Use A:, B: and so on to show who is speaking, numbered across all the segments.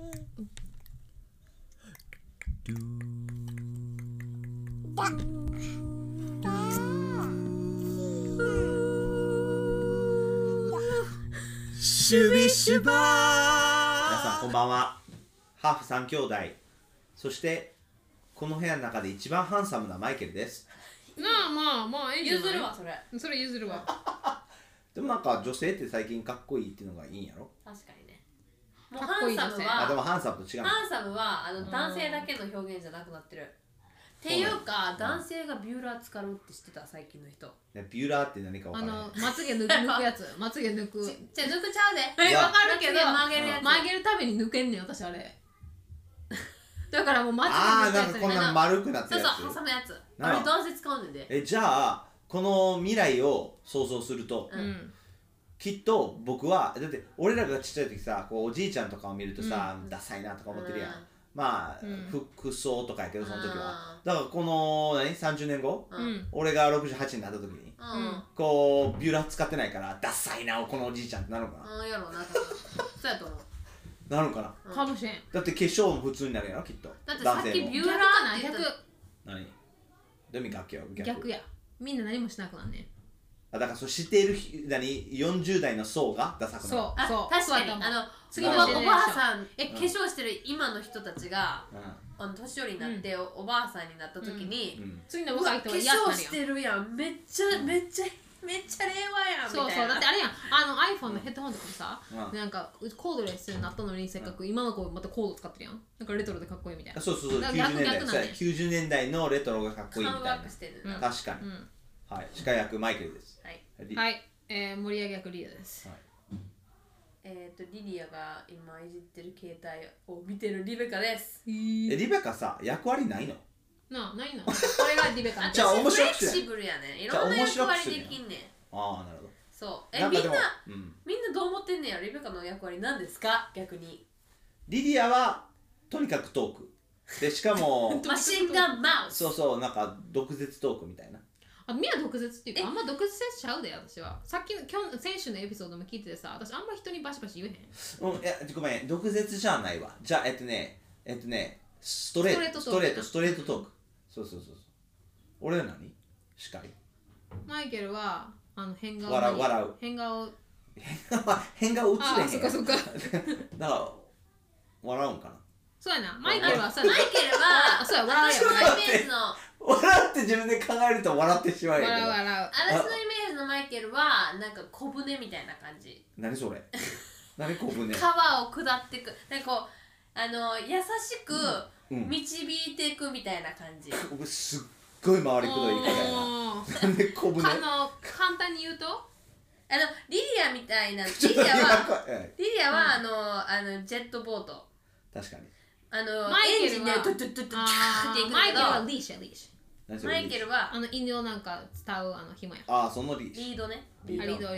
A: シュビシュバー。
B: 皆さんこんばんは。ハーフ3兄弟、そしてこの部屋の中で一番ハンサムなマイケルです。
C: まあいいんじゃない。
D: 譲るわ
C: それ譲るわ。
B: でもなんか女性って最近かっこいいっていうのがいいんやろ。
D: 確かにね。もうハンサム
B: あ、でも
D: は
B: ハンサムと違う。
D: ハンサムは男性だけの表現じゃなくなってる。っていうか男性がビューラー使うって知ってた最近の人。
B: ビューラーって何か分からない。
C: まつげ抜くやつ。まつげ抜く。
D: じゃあ抜くちゃうで。
C: わかるけど
D: 曲げるやつ。
C: 曲げるたびに抜けんねん私あれ。だからもうまつげ抜くやつ。
B: なんかこんな丸くなってるやつ。
D: そうそう挟むやつ。あれ男性使うねんで。
B: じゃあこの未来を想像すると、きっと僕はだって俺らがちっちゃい時さ、こうおじいちゃんとかを見るとさ、ダサいなとか思ってるやん。まあ、服装とかやけどその時は。だからこの30年後、俺が68になった時に、こうビューラー使ってないからダサいなこのおじいちゃんってなるのかな。
D: やろうな。そうやと思う。
B: なるのかな。
C: かもしれん。
B: だって化粧も普通になるやろきっと。
D: だってさっきビューラーって言った。
B: 何？どういう意味逆よ。
C: 逆や。みんな何もしなくなんね。
B: だからそう知っている40代の層がダサくなる。
D: そう確かに次のおばあさん化粧してる今の人たちが年寄りになっておばあさんになった時に
C: 次の若い人は
D: 嫌になるやん。化粧してるやん。めっちゃ令和やんみたいな。
C: そうだってあれやんiPhone のヘッドホンとかもさなんかコードレスになったのにせっかく今の子またコード使ってるやん。なんかレトロでかっこいいみたいな。
B: そう90年代のレトロがかっこいいみたいな。確かに。はい、司会役マイケルです。
C: はい、盛り上げ役リーダーです。
D: リリアが今いじってる携帯を見てるリベカです。
B: リベカさ、役割ないの？
C: ないの？これがリベカ。
D: じゃあ面白くフレキシブルやね。いろんな役割できんねん。
B: ああ、なるほど。
D: そう。みんなどう思ってんねや。リベカの役割何ですか？逆に。
B: リリアはとにかくトーク。でしかも
D: マシンガンマウス。
B: そうなんか毒舌トークみたいな。
C: みんな毒舌っていうかあんま毒舌しちゃうで私は。さっきの先週のエピソードも聞いててさ、私あんま人にバシバシ言えへん。
B: いやごめん、毒舌じゃないわ。じゃあストレートトーク。そう。俺は何？司会。
C: マイケルは変顔
B: 笑う。
C: 変顔
B: 変顔映れへん。
C: そっか。
B: だから笑うんかな。
C: そうやな。マイケルは
D: そうや笑うやん。私のイメージの
B: 笑って自分で考えると笑ってしまうやけど。
C: 笑う。
D: 私のイメージのマイケルはなんか小舟みたいな感じ。
B: 何それ？何小舟？
D: 川を下っていく。なんかこう優しく導いていくみたいな感じ。
B: 僕すっごい回りくどい言い方やな。なんで小舟？
C: 簡単に言うと
D: リリアみたいな。リリアはジェットボート。
B: 確かに。
D: エンジンでドゥドゥドゥドゥっていくけど。
C: マイケルはリーシュ。
D: マイケルは
C: 犬をなんか伝う紐や。
B: そのリ
D: ードね。
C: リード。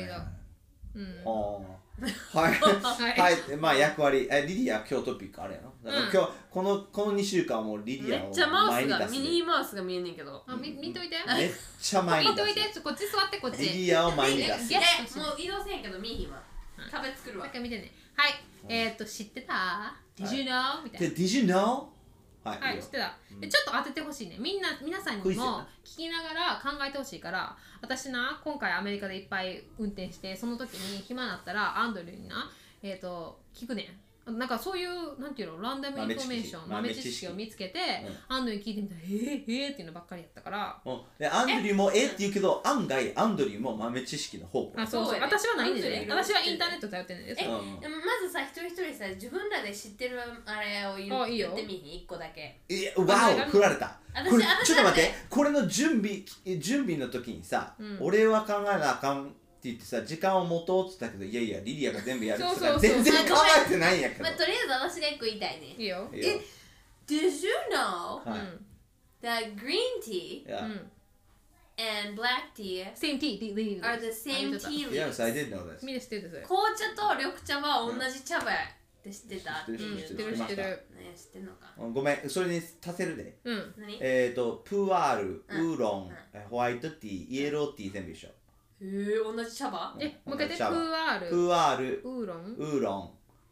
B: はいまあ役割リリア今日トピックあれやろ。今日この2週間はもうリリアを
D: めっちゃミニーマウスが見えんねんけど。
C: 見といて。
B: めっちゃ前に出す。
C: 見といて。こっち座ってこっち。
B: リリアを前に出す。
D: もう移動せんけど見えひんわ。壁作るわ。
C: 見てね。はい。知ってた？ Did you know? みたいな。
B: Did you know?
C: はい、知ってた。ちょっと当ててほしいね。皆さんにも聞きながら考えてほしいから、私な、今回アメリカでいっぱい運転して、その時に暇になったら、アンドリューにな、聞くねん。なんかそういうなんていうのランダムインフォメーション豆知識を見つけて、アンドリューに聞いてみたらっていうのばっかりやったから、
B: でアンドリューもって言うけど案外アンドリューも豆知識の方向。
C: そう私はないんですね。私はインターネット頼ってるんです。
D: でもまずさ一人一人さ自分らで知ってるあれを言ってみひん1個だけ。
B: わお振られた。これちょっと待って、これの準備の時にさ、俺は考えなあかんって言ってさ時間を持とうって言ったけど、いやいやリリアが全部やるってさ全然考えてないんやけど。
D: とりあえず私が1個言いたいね。
C: いいよ。
D: Did you know that green tea and black tea
C: same tea
D: are the same tea leaves?
B: Yes, I did know this.
C: みんな知ってるです。
D: 紅茶と緑茶は同じ茶葉って知ってたっていうの。
C: 知ってる。
D: ね、知ってんのか。
B: ごめん、それに足せるで。
D: 何？
B: プーアール、ウーロン、ホワイトティー、イエローティー全部一緒。
D: 同じ茶葉？
C: もう一回でプーアール、
B: プーアール、
C: ウーロン、
B: ウーロン、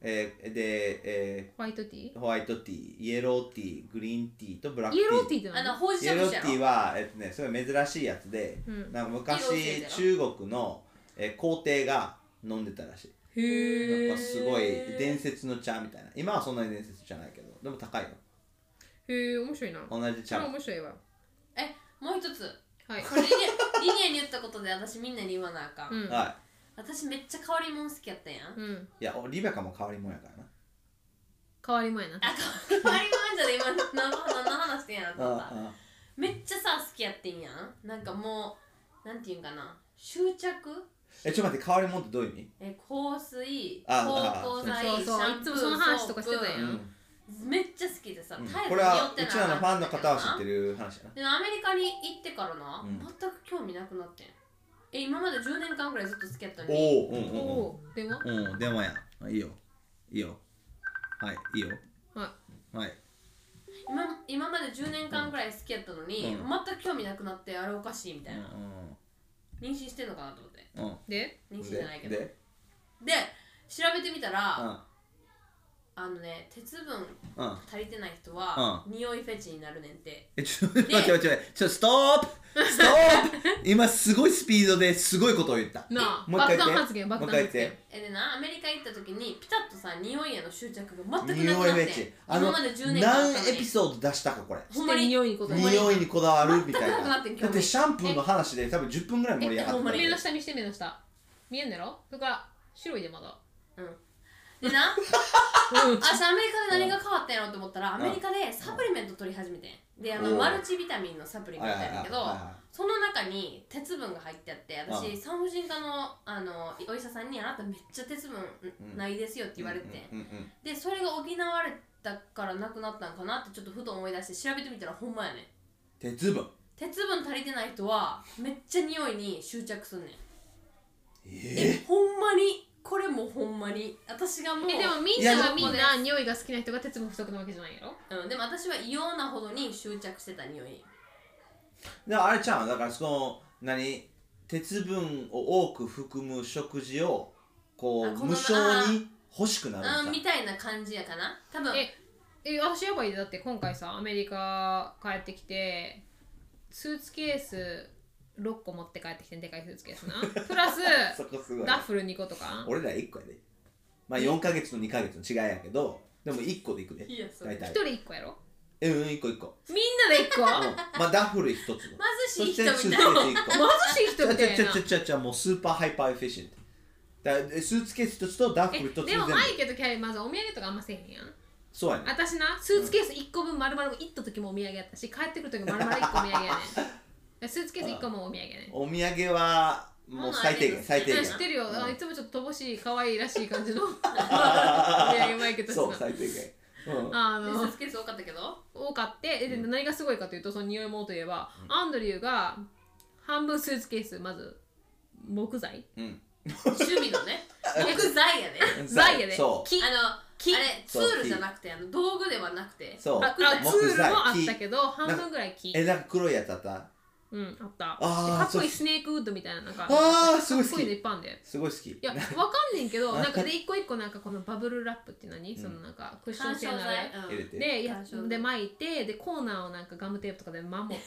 C: ホワイトティー、
B: ホワイトティー、イエローティー、グリーンティーとブラックティー。
C: イエローティーって何？
D: ほうじ
B: イエロー
D: 茶蒸しやろ。
B: ティーは、それ珍しいやつで、なんか昔中国の、皇帝が飲んでたらしい。
C: へ
B: なんかすごい伝説の茶みたいな。今はそんなに伝説じゃないけど、でも高いよ。
C: へえ、面白いな。
B: 同じ茶。
C: 面白いわ。
D: もう一つ。
C: はい。
D: これリニアに言ったことで私みんなに言わなあかん。
B: は
D: 私めっちゃ変わりもん好きやったやん。
C: うん。
B: い。いや、リベカも変わりもんやからな。
C: 変わりもんやな。
D: 変わりもんじゃで今何の話してんやなと思っためっちゃさ好きやってんやん。なんかもうなんていうんかな、執着。
B: ちょっと待って、変わりもんってどういう意味？
D: 香水、
B: あ
D: 芳香剤、
C: そうそう
D: シャンプー、
C: いつもその話とかしてたやん。
D: めっちゃ好きでさ、絶えず
B: これは
D: 匂って
B: うちらのファンの方は知ってる話やな。
D: でアメリカに行ってからな、全く興味なくなってん。今まで10年間ぐらいずっと好きやったのに。
C: おお、でも？
B: でもや。いいよ。いいよ。はい、いいよ。
C: はい。
B: はい。
D: 今まで10年間ぐらい好きやったのに、全く興味なくなって、あれおかしいみたいな。妊娠してんのかなと思って。
C: で？
D: 妊娠じゃないけど。で、調べてみたら、鉄分足りてない人は匂いフェチになるねんて。
B: ちょっと待って、ストップ今すごいスピードですごいことを言った。
C: なあ、
B: もう一回言って。
C: 爆弾発言、爆弾発言。
D: でな、アメリカ行った時にピタッとさ、匂いへの執着が全くなくなって。
B: 匂いフェチ。
D: 今まで10年間あったのに。
B: 何エピソード出したかこれ。
C: ほんまに匂いにこだわる。
B: 匂いにこだわるみたいな。
D: 全くなくなってん
B: だってシャンプーの話で多分10分ぐらい盛り上がった。
C: 目の下見して目の下。見えんだろ？それから白いでまだ。
D: でな、私アメリカで何が変わったんやろうと思ったら、アメリカでサプリメント取り始めてん。で、マルチビタミンのサプリメントやねんけど、その中に鉄分が入ってあって、私産婦人科のお医者さんにあなためっちゃ鉄分ないですよって言われて、でそれが補われたからなくなったんかなってちょっとふと思い出して調べてみたらほんまやねん。
B: 鉄分
D: 足りてない人はめっちゃ匂いに執着すんねん。ほんまにこれもほんまに私がもう
C: でもみんながみんな匂いが好きな人が鉄分不足なわけじゃないやろ。
D: でも私は異様なほどに執着してた匂い。
B: だからあれちゃう、だからその鉄分を多く含む食事をこう無性に欲しくなるんだ
D: みたいな感じやかな多分。
C: 私やばいで、だって今回さアメリカ帰ってきてスーツケース6個持って帰ってきて、でかいスーツケースなプラスダッフル2個とか。
B: 俺ら1個やで、まあ4ヶ月と2ヶ月の違いやけど、でも1個でいくで。
D: いやそれ
C: 1人1個やろ。
B: 1個1個
C: みんなで1個
B: まあダッフル1つ、
D: 貧しい人みたいな。
C: 貧しい人みたいな。
B: もうスーパーハイパーエフィシェントだ。スーツケース1つとダッフル1つ
C: でもマイケとキャリーまずお土産とかあんませえへんやん。
B: そうやね。
C: 私なスーツケース1個分丸々行った時もお土産やったし、帰ってくる時も丸々1個お土産やねん。スーツケース1個もお土産やねん。
B: お土産はもう最低限知
C: ってるよ。いつもちょっと乏しい可愛いらしい感じのお土産マイケとして
B: そう最低限。
D: スーツケース多かったけど
C: 多かって、何がすごいかというと、その匂い物といえば、アンドリューが半分スーツケース、まず木材、
D: 趣味のね木材やね。
C: 材やで。
D: 木あれツールじゃなくて道具ではなくて、
C: ツールもあったけど半分ぐらい木。
B: なんか黒いやつあった？
C: あった。かっこいいスネークウッドみたいな、なんか
B: すごい好き。
C: かっこいいのいっぱいあんで。
B: すごい好き。
C: いや、わかんねんけど、なんかで一個一個なんかこのバブルラップって何？そのなんかクッション性のあれで巻いて、でコーナーをなんかガムテープとかで守って、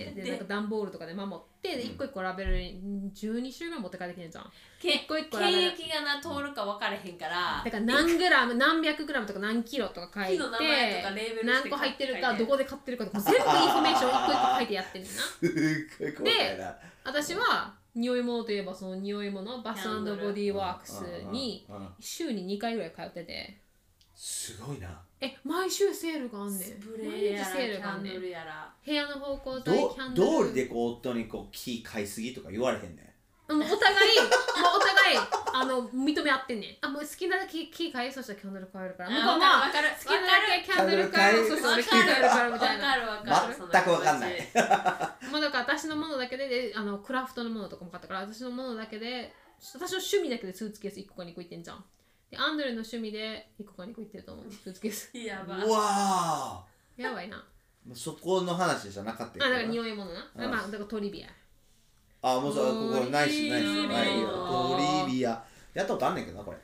C: でなんか段ボールとかで守って、で一個一個ラベルに12種類ぐらい持って帰ってきてんじゃん。一個一個ラベル。
D: 検疫がな通るか分からへんから。
C: だから何グラム、何百グラムとか何キロとか書いて、何個入ってるか、どこで買ってるかとか全部インフォメーション一個一個書いてやってんねんな。で、私は匂い物といえばその匂い物バス&ボディーワークスに週に2回ぐらい通ってて、
B: すごいな。
C: 毎週セールがあんねん。
D: スプレーやらキャンドルやら
C: 部屋の芳香剤、キャンドル
B: 道理でこう夫にこう気買いすぎとか言われへんねん。
C: お互い認め合ってんねん。もう好きなだけ木買え、そしたらキャンドル買えるから。向こうも好きなだけキャンドル買える、そしたら木買えるからみたいな。
B: 全く分かんない。
C: まあだから私のものだけで、クラフトのものとかも買ったから、私のものだけで、私の趣味だけでスーツケース1個か2個いってんじゃん。で、アンドレの趣味で1個か2個いってると思う、スーツケース。
D: やば
B: うわ
C: ーやばいな。
B: そこの話じゃなかった
C: だから匂い物な。まあだからトリビア。
B: もうここナイストリビアやったことあんねんけどなこれ。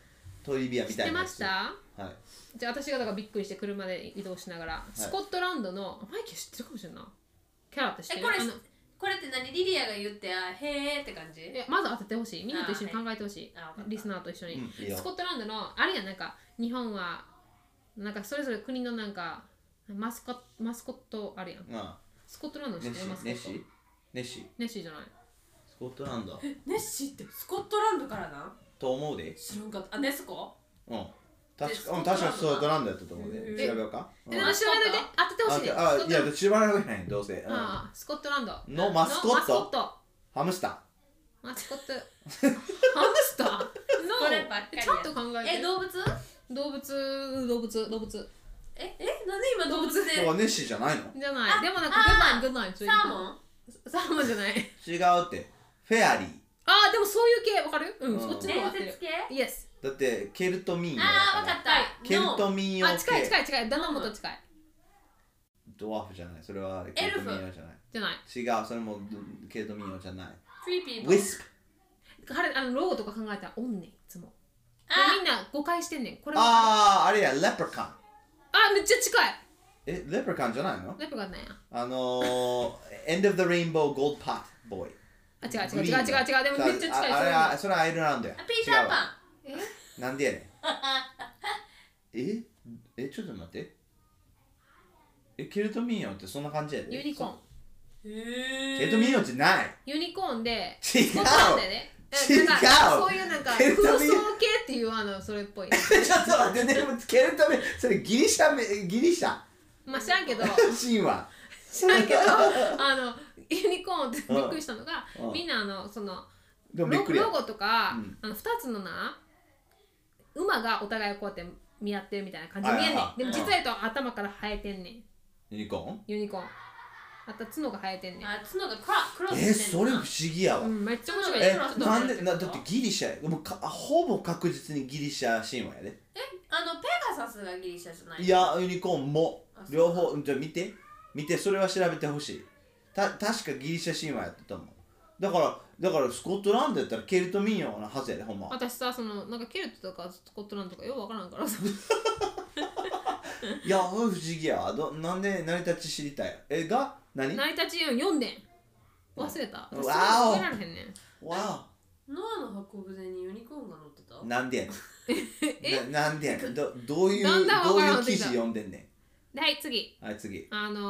B: トリビアみ
C: 知ったて
B: いなやつ。
C: ました？
B: はい。
C: じゃあ私がだからびっくりして車で移動しながら、スコットランドのマイケル知ってるかもしれんない。キャラって知ってる？
D: これって何リリアが言ってへーって感じ？
C: まず当ててほしい。みんなと一緒に考えてほしい。
D: はい
C: リスナーと一緒に、
B: いいよ
C: スコットランドのあれやなんか日本はなんかそれぞれ国のなんかマスコットあるやん。スコットランド知ってるマスコット？
B: ネッシー
C: ネッシーじゃない。
B: スコットランド
D: ネッシーってスコットランドからな？
B: と思うで。
D: 知らんかった。ネスコ？
B: 確かスコットランドやったと思うで。調べようか。
C: でも調べて当ててほしいね。
B: いや、調べられないどうせ。
C: スコットランド
B: のマスコットハムスター。
C: マスコットハムスター
D: こればっかりや。
C: ちゃんと考えて。
D: 動物？
C: 動物
D: なんで今動物で？
B: ネッシーじゃないの？
C: じゃない。でもなんかグッドナイン
D: サーモン？
C: サーモンじゃない。
B: 違うって。フェアリー。
C: でもそういう系わかる？そっちの方が合ってる。
D: 伝説系？
C: イエス。
B: だってケルト民謡。
D: わかった。
B: ケルト民謡系。
C: 近い。ダナモと近い。
B: ドワーフじゃない。それはケルト民謡じゃない。
C: じゃない。
B: 違う。それもケルト民謡じゃない。
D: フリーピー
B: ウィスプ。
C: ロゴとか考えたらおんねんいつも。みんな誤解してんねん。これ
B: あれや、レプリカン。
C: めっちゃ近い。
B: レプリカンじゃないの？
C: レプリカンなんや。
B: End of the Rainbow Gold Pot Boy。
C: 違う。でもめっちゃ近い。
B: それアイルランドや。
D: ピーターパン。
B: なんでやねん。ちょっと待って。ケルト民謡ってそんな感じやで。
C: ユニコーン。
B: ケルト民謡じゃない。
C: ユニコーンで
B: 違う。
C: なんかそういうなんか空想系っていうそれっぽい。
B: ちょっと待って、でもケルト民それギリシャ。
C: まあ知らんけど。
B: 神話。
C: 知らんけどユニコーンってびっくりしたのが、みんなそのロゴとか2つのな馬がお互いこうやって見合ってるみたいな感じに見えんねん。でも実は言うと頭から生えてんねん。
B: ユニコーン。
C: あと角が生えてんねん。
D: 角がクロスしてんねん。
B: それ不思議やわ。
C: めっちゃ面白い。
B: なんでだってギリシャや。でもほぼ確実にギリシャ神話やで。
D: ペガサスがギリシャじゃない？
B: いや、ユニコーンも両方。じゃあ見てそれは調べてほしい。確かギリシャ神話やってたもん。だからスコットランドやったらケルト民謡のはずやで、ほんま。
C: 私さ、なんかケルトとかスコットランドとかよくわからんからさ。
B: いや、不思議やわ。なんで成り立ち知りたい。何
C: 成り立ち読んでん。忘れた。
B: わお。
C: 覚えられへんねん。
B: わ
D: ノアの箱舟にユニコーンが乗ってた？
B: なんでやねん。なんでやねん。どういう記事読んでんね
C: ん。はい、次。
B: 次。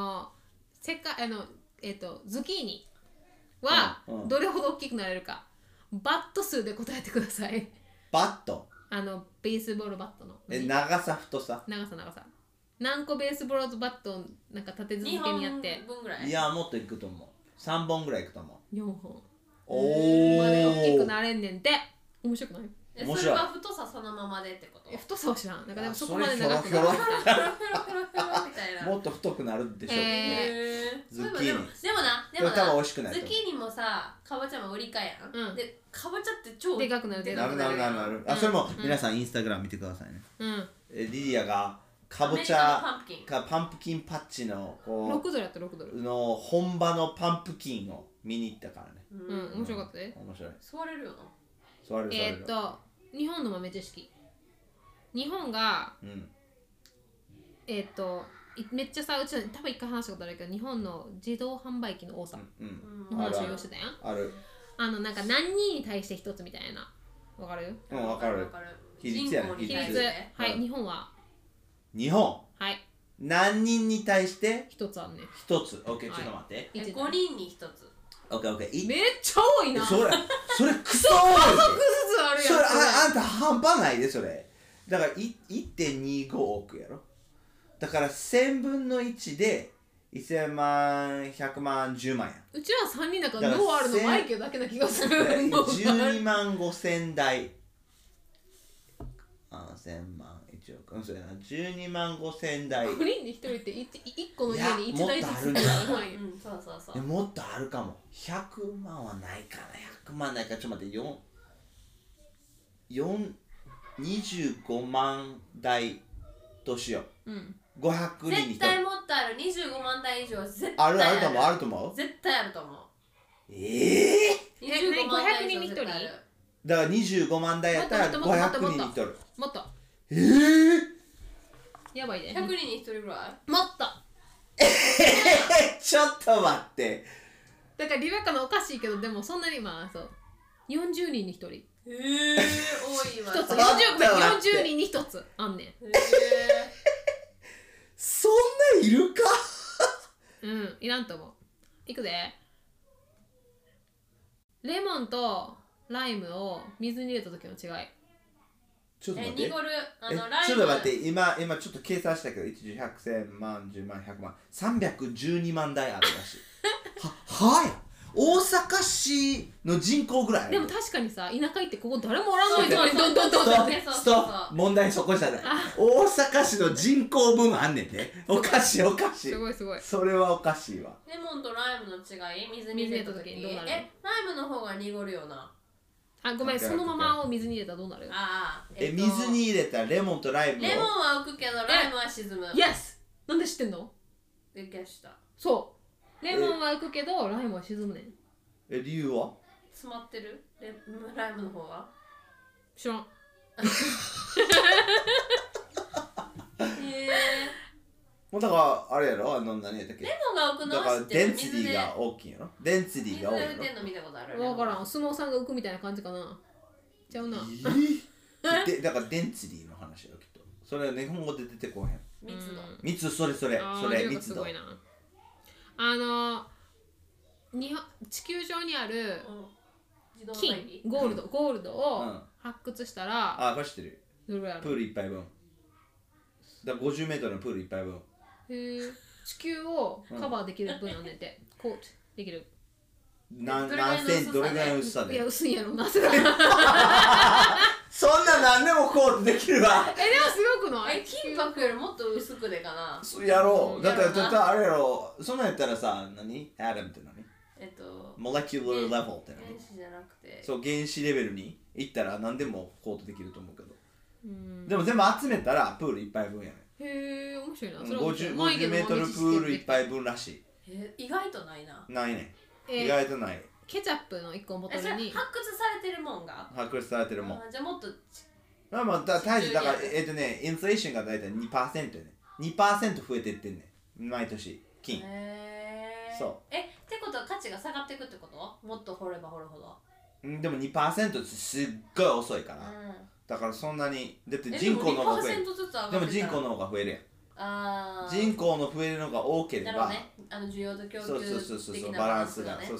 C: ズキーニはどれほど大きくなれるか。バット数で答えてください。
B: バット？
C: ベースボールバットの。
B: 長さ、太さ？
C: 長さ。何個ベースボールバットをなんか立て続けにやって。
D: 2本分ぐらい？
B: いや、もっといくと思う。3本ぐらいいくと思
C: う。4本。
B: お
C: まで大きくなれんねんて。面白くない？
D: それは太さそのままでってこと？
C: 太さは知らん。なんかでもそこまで長くなるみ
D: たいな。
B: もっと太くなるでしょ。ズッキーニ。
D: でもな、
B: 多分美味しくない。
D: ズッキーニもさ、かぼちゃも売りかやん。で、かぼちゃって超
C: でかくなる。
B: なる。それも皆さんインスタグラム見てくださいね。リリアがかぼちゃパンプキンパッチの
C: $6やった$6
B: の本場のパンプキンを見に行ったからね。
C: 面白かったね。
B: 面白い。
D: 座れるよな。
C: 日本の豆知識。日本がめっちゃさ、うち多分一回話したことあるけど、日本の自動販売機の多さの話をしてたやん。
B: ある。
C: なんか何人に対して一つみたいな。わかる？
B: わかる。比率やね。
C: 比率。はい、日本は。
B: 日本。
C: はい。
B: 何人に対して
C: 一つあるね。
B: 一つ。オッケー、ちょっと待って。
D: 5人に一つ。
B: オッケー。
C: めっちゃ多いな。
B: それクソ多い。
C: 家族ずつあるやん。
B: それあんた半端ないで、それ。だから 1.25 億やろ。だから1000分の1で1000万、100万、10万や。
C: うちは3人だから脳あるのマイケルだけな気がする。
B: 12万5千台。1000万、1億。そうやな。12万5千台。
C: 5人に1人って1個の家に1台ずつ。
D: そう。
B: もっとあるかも。100万はないかな。100万ないから、ちょっと待って。25万台としよう。500人に1人。
D: 絶対もっとある。25万台以上は絶対ある。
B: あると思う。
D: 絶対あると思う。
B: 25
C: 万台以上
D: 500人に1人
B: だから25万台やったら500人に1人。
C: もっとやばいね。
D: 100人に1人ぐらい。
C: もっと
B: ちょっと待って。
C: だからリベカのおかしいけど、でもそんなにまあそう40人に1人。
D: 多いわ。
C: 一つ40人に1つあんねん。
B: そんないるか
C: うんいらんと思う。いくで。レモンとライムを水に入れた時の違い。
B: ちょっと待って。
D: 濁るライム。
B: ちょっと待って、今ちょっと計算したけど、1、10、100、1000万、10万、100万、312万台あるらしい。はい。大阪市の人口ぐらいある。
C: でも確かにさ、田舎行ってここ誰もおらんのに
D: そう
C: どんどんどんどんね。
B: ストップ問題そこじゃない。大阪市の人口分あんねんね。おかしいおかしい。
C: すごいすごい。
B: それはおかしいわ。
D: レモンとライムの違い、水に入れた時に
C: どうなる？
D: ライムの方が濁るよな。
C: あ、ごめん、そのままを水に入れたらどうなる？
B: 水に入れたレモンとライムを。
D: レモンは浮くけどライムは沈む。
C: イエス。なんで知ってんの？
D: でゲッした。
C: そう。レモンは浮くけどライムは沈むねん。
B: 理由は？
D: 詰まってる？ライムの方は？
C: 知らん。
B: もうだからあれやろ、何やったっけ？
D: レモンが浮くの
B: だから
D: は知ってる。
B: デンシティが大きいやろ。デンシティが多いやろ。
D: 水で浮いてんの見たことある。
C: わからん。相撲さんが浮くみたいな感じかな。ちゃうな。
B: でだからデンシティの話よきっと。それは日本語で出てこへん。
D: 密度。
B: それ密度。
C: 地球上にある
D: 自動
C: 金
D: 会議。
C: ゴールドを発掘したら、
B: あ、これ知ってる。
C: どれぐらいある？
B: プール1杯分。だから50メートルのプール1杯分。
C: へえ。地球をカバーできる分なんでて、コートできる。
B: 何センチ、どれぐらいの薄さで？
C: いや、薄いやろな。そんな
B: 何でもコートできるわ。
C: でもすごくない？
D: 金箔よりもっと薄くでかな。
B: やろう。だってあれやろ。そんなんやったらさ、何？アダムって何？モレキュラーレベルって何？
D: 原子じゃなくて。
B: そう、原子レベルに行ったら何でもコートできると思うけど。でも全部集めたらプール1杯分やね。
C: へえ、面白いな。
B: 50メートルプール1杯分らしい。
D: 意外とないな。
B: ないね。意外とない。
C: ケチャップの1個ボトルに
D: 発掘されてるもんが。
B: 発掘されてるもん。
D: じゃあもっと。
B: 大事だから、インフレーションが大体 2% やね。2% 増えてってんねん。毎年、金。そう。
D: ってことは価値が下がっていくってこと？もっと掘れば掘るほど。
B: でも 2% ってすっごい遅いから。だからそんなに。だって人口の方が増える。でも人口の方が増えるやん。人口の増えるのが多ければ。
D: 需要と供給的な
B: バランスが。そう。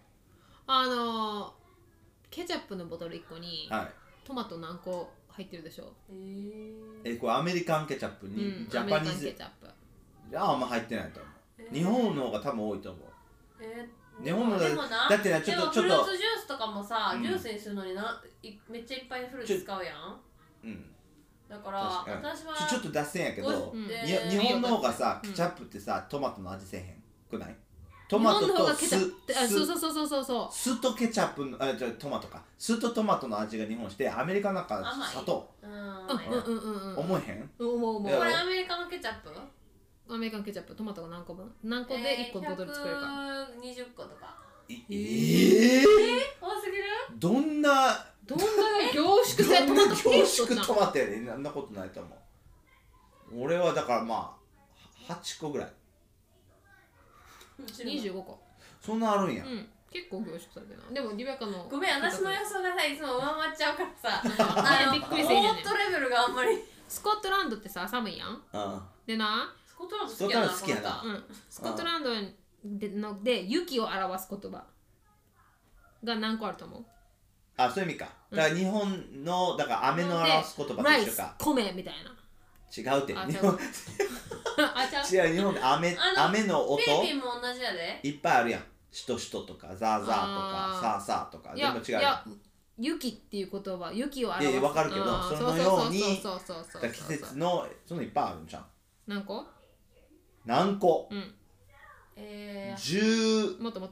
C: ケチャップのボトル1個にトマト何個入ってるでしょ？
B: これアメリカンケチャップにジャパニーズケチャップ。あんま入ってないと思う。日本の方が多分多いと思う。日本のだってな、ちょっと
D: フルーツジュースとかもさ、ジュースにするのにめっちゃいっぱいフルーツ使うやん。だから私は
B: ちょっと脱線やけど、日本の方がさ、ケチャップってさ、トマトの味せえへんくない？トマトと酢とケチャップのトマトか。酢とトマトの味が日本して、アメリカなんか砂糖。思えへん？
C: 思う。
D: これアメリカのケチャップ？
C: アメリカンケチャップ、トマトが何個分？何個で1個ボトル作れるか。
D: 120個とか。
B: 多す
D: ぎる？
B: どんな
C: 凝縮性トマト
B: 凝縮トマトやで、そんなことないと思う。俺はだからまあ8個ぐらい。
C: 25個。
B: そんなあるんや。
C: 結構凝縮されてるな。でもリベカの
D: ごめん、私の予想がさ、いつも上回っちゃうからさ、びっくりするね。オートレベルがあんまり。
C: スコットランドってさ、寒いやん。でな、
D: スコットランド好きやな。
C: スコットランドで雪を表す言葉が何個あると思う？
B: そういう意味か。だから日本のだから飴の表す言葉と一緒か。
C: 米みたいな。
B: 違うって。日本違う、日本で飴の音。
D: フィリピンも同じやで。
B: いっぱいあるやん。しとしととかザーザーとかサーサーとか。でも違う。いや、
C: 雪っていう言葉、雪を表す。
B: わかるけど、そのように季節のそのいっぱいあるんじゃん。
C: 何個？
B: 何個？10。
C: もっと。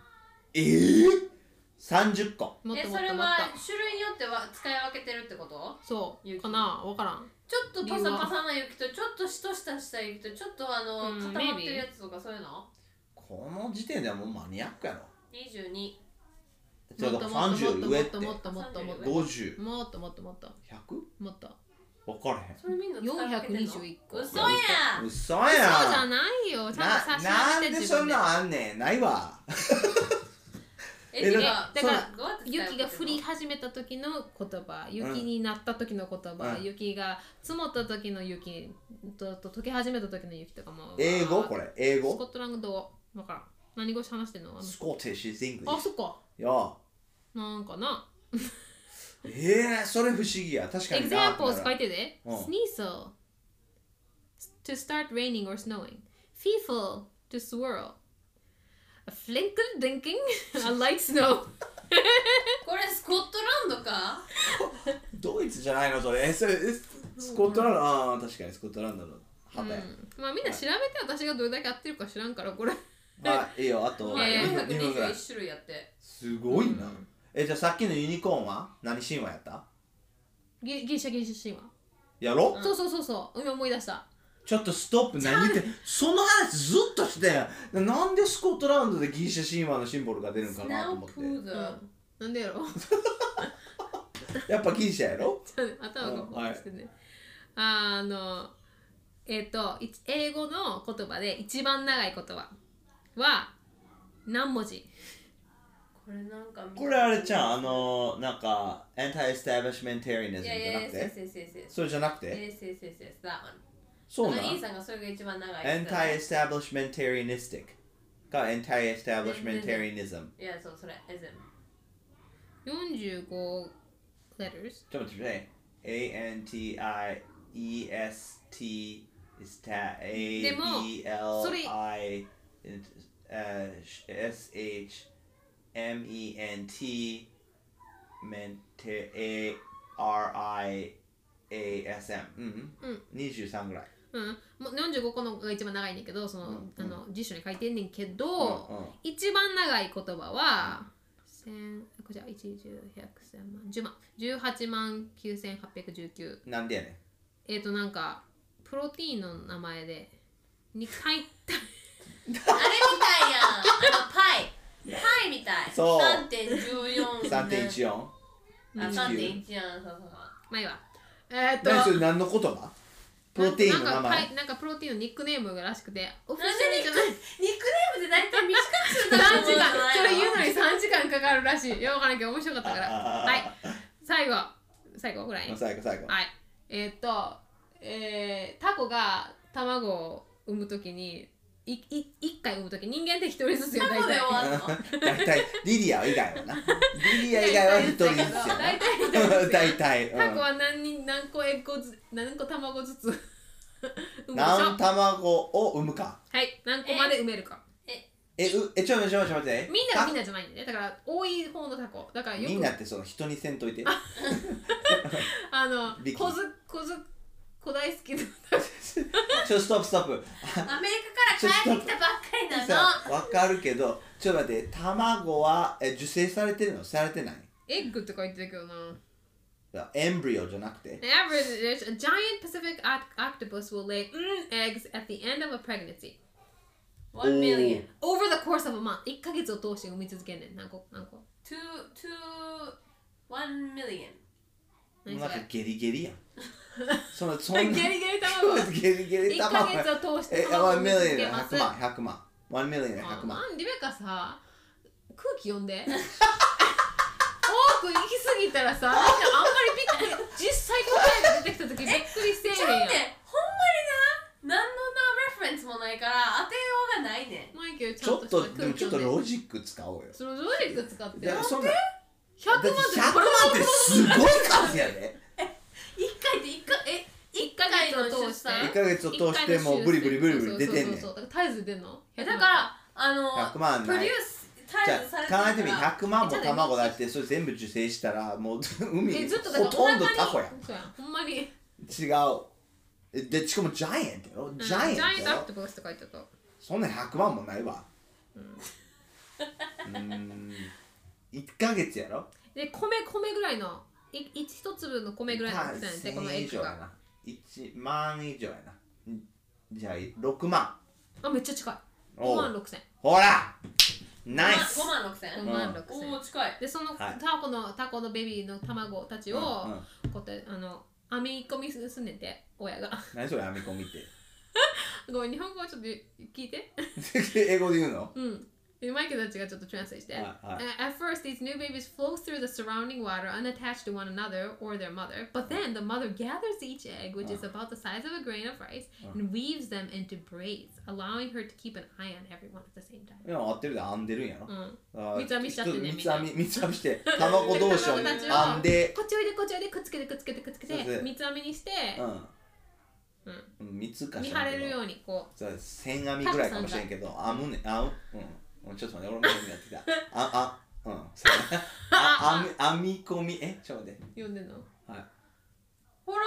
B: 30個。
D: それは種類によっては使い分けてるってこと？
C: そうかな、分からん。
D: ちょっとパサパサな雪とちょっとしとした雪とちょっと固まってるやつとかそういうの？
B: この時点ではもうマニアックやろ。
D: 22。
B: じゃあ30上って50
C: もっともっともっと
B: 100?
C: もっと
B: 分からへん
D: それみんな使い分けてんの
C: 421個
D: 嘘や
B: 嘘や
C: そうじゃないよちゃんと差し
B: なん
C: 上げて
B: でそんなんあんねんないわ
D: え
C: だから
D: どうやって使い分けてんの
C: 雪が降り始めた時の言葉、雪になった時の言葉、雪が積もった時の雪と溶け始めた時の雪とかも
B: 英語これ英語
C: スコットランド語だから何語話してんの
B: スコティッシュ is English
C: あ、そっか
B: いや
C: なんかな
B: それ不思議や確かにな
C: Examples 書いてで
B: うん
C: Sneasel to start raining or snowing Fearful to swirl A flinkle dinking A light snow
D: これスコットランドか
B: ドイツじゃないのそれそれスコットランドああ確かにスコットランドの旗や
C: まあみんな調べて私がどれだけ合ってるか知らんからこれ
B: まあいいよあと2分ぐらい
D: 421種類やって
B: すごいなじゃあさっきのユニコーンは何神話やった
C: ギリシャ神話
B: やろ
C: そう今思い出した
B: ちょっとストップ何言ってその話ずっとしてなんでスコットランドでギリシャ神話のシンボルが出るんかなと思って
C: なんでやろ
B: やっぱギリシャやろ
C: 頭がぼーっとしてね英語の言葉で一番長い言葉は何文字
B: これあれちゃんなんか anti-establishmentarianism じゃなくてそれじゃなくてそうなん
D: イーさんがそれが一番長い
B: anti-establishmentarianistic か anti-establishmentarianism
D: いやそうそれ
C: 45 letters
B: ちょっと待ってください A-N-T-I-E-S-T A-B-L-I S-H-M-E-N-T A-R-I-A-S-M 23ぐらい
C: もう45個のが一番長いねんけど辞書に書いてんねんけど、一番長い言葉はこちら1、10、100、10万18万9819
B: なんでやね
C: んなんかプロテインの名前で2回
D: あれみたいやんパイみたい
B: そう
D: 3.14
B: 3.14
D: 3.14そう
C: まあいいわ
B: それ何の言葉プロテインの名前
C: なんかプロテインのニックネームらしくてオフィ
D: なん
C: シャルじゃない
D: でニックネームで大体短くするんだ
C: 3時間それ言うのに3時間かかるらしいよくわからんけど面白かったからはい最後ぐらい
B: 最後
C: はいタコが卵を産むときに1回産むとき人間って1人ずつよ大体
B: 大体リリア以外はなリリア以外は1人ずつよ大体
C: タコは何個卵ずつ産むでしょ
B: 何卵を産むか
C: はい何個まで産めるか
B: ちょっと待って
C: みんながみんなじゃないんでねだから多い方のタコだからよく
B: みんなってその人にせんといて
C: 小大好きの
B: ちょっとストップ
D: アメリカから帰ってきたばっかりなの
B: わかるけどちょっと待って卵は受精されてるのされてない
C: エッグって書いてたけどな
B: エンブリオじゃなくて
C: average a giant Pacific octopus will lay eggs at the end of a pregnancy
D: 1 million
C: over the course of a month 1ヶ月を通して産み続けんねん何個
D: 1 million
B: なんかゲリゲリやんそんな
C: ゲリゲリ卵
B: ゲリゲリ卵
C: 1ヶ月を通して
B: 1
C: 卵を産み続
B: million
C: けます
B: 100万1 million で100万
C: リベカさ空気読んで多く行き過ぎたらさみんなあんまりびっくり実際答えが出てきた時びっくりせえへんやん
D: ほんまにな何のレフェレンスもないから当てようがないねん
C: マイケルち
B: ちょっ
C: ゃんと
B: とでもちょっとロジック使おうよ
C: そのロジック使って
B: でそんな
C: 100万
B: だって100万ってすごい数やで
D: 1回で1
C: ヶ月を通して
B: 1ヶ月を通してもうブリブリブリブリ出てんねん
C: そうだから絶えず出んの
D: だから
B: 100万ない
D: プロデュース
B: じゃあ考えてみ100万も卵だってそれ全部受精したらもう海
C: ずっと
B: ほとんどタコや
C: そうやほんまに
B: 違うでしかもジャイアントやろジャイアント
C: ア
B: やろ
C: クトボスって書いてた
B: そんな100万もないわ1ヶ月やろ
C: で米ぐらいの一粒の米ぐらいの大きさやねんてこのエッグが
B: 1万以上やなじゃあ6万
C: あめっちゃ近い5万6千
B: ほらナイス。
D: 5万6千
C: 5万6千。
D: おお近い。
C: でその
B: はい
C: タコのベビーの卵たちを、こうやって編み込みすんねんて親が。
B: 何それ編み込みって
C: ごめん日本語ちょっと聞いて。
B: 英語で言うの？
C: でマイケルたちがちょっとトランスレイして。At first, these new babies flow through the surrounding water unattached to one another or their mother, but then the mother gathers each egg, which is about the size of a grain of rice, and weaves them into braids, allowing her to keep an eye on everyone at the same time.
B: いや合ってるで編んでるんやろ。
C: 三つ編みしちゃってんねんみんな。
B: 三つ編みして卵同士を編んで
C: こっちおいでこっちおいでくっつけてくっつけてくっつけて三つ編みにして、
B: 三つか
C: 見張れるようにこう。
B: 線編みぐらいかもしれんけど編むねちょっと待って俺もやってた編み込みちょっと待って
C: 読んでんの？
D: ほら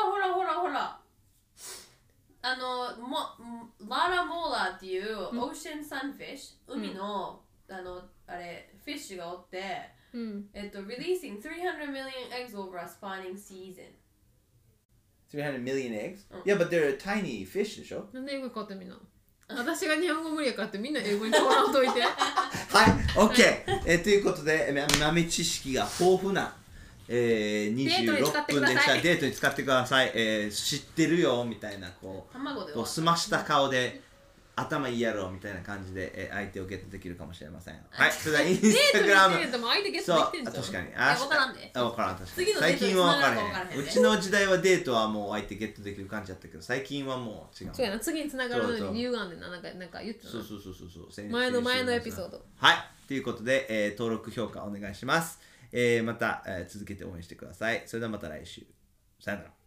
D: ララモーラっていうオーシャンサンフィッシュ、海のあれフィッシュがおって、releasing 300 million eggs over a spawning season.
B: 300 million eggs? Yeah, but they're a tiny fish でしょ？
C: なんで英語変わってみんな？私が日本語無理やからってみんな英語に変わらんといて。
B: はい、OK、ということで豆知識が豊富な、26分でしたデートに使ってください、知ってるよみたいなこう澄ました顔で頭いいやろみたいな感じで、相手をゲットできるかもしれません。はい、それではインスタグラム。そう、確かに。
D: 分からんで。
B: 分からん、確かに。最近は分からへん。うちの時代はデートはもう相手ゲットできる感じだったけど、最近はもう違う。
C: そうやな、次に繋がるのに理由があんねんな、なんか言ってたな。
B: そう。
C: 前のエピソード。
B: はい、ということで、登録評価お願いします。また、続けて応援してください。それではまた来週。さよなら。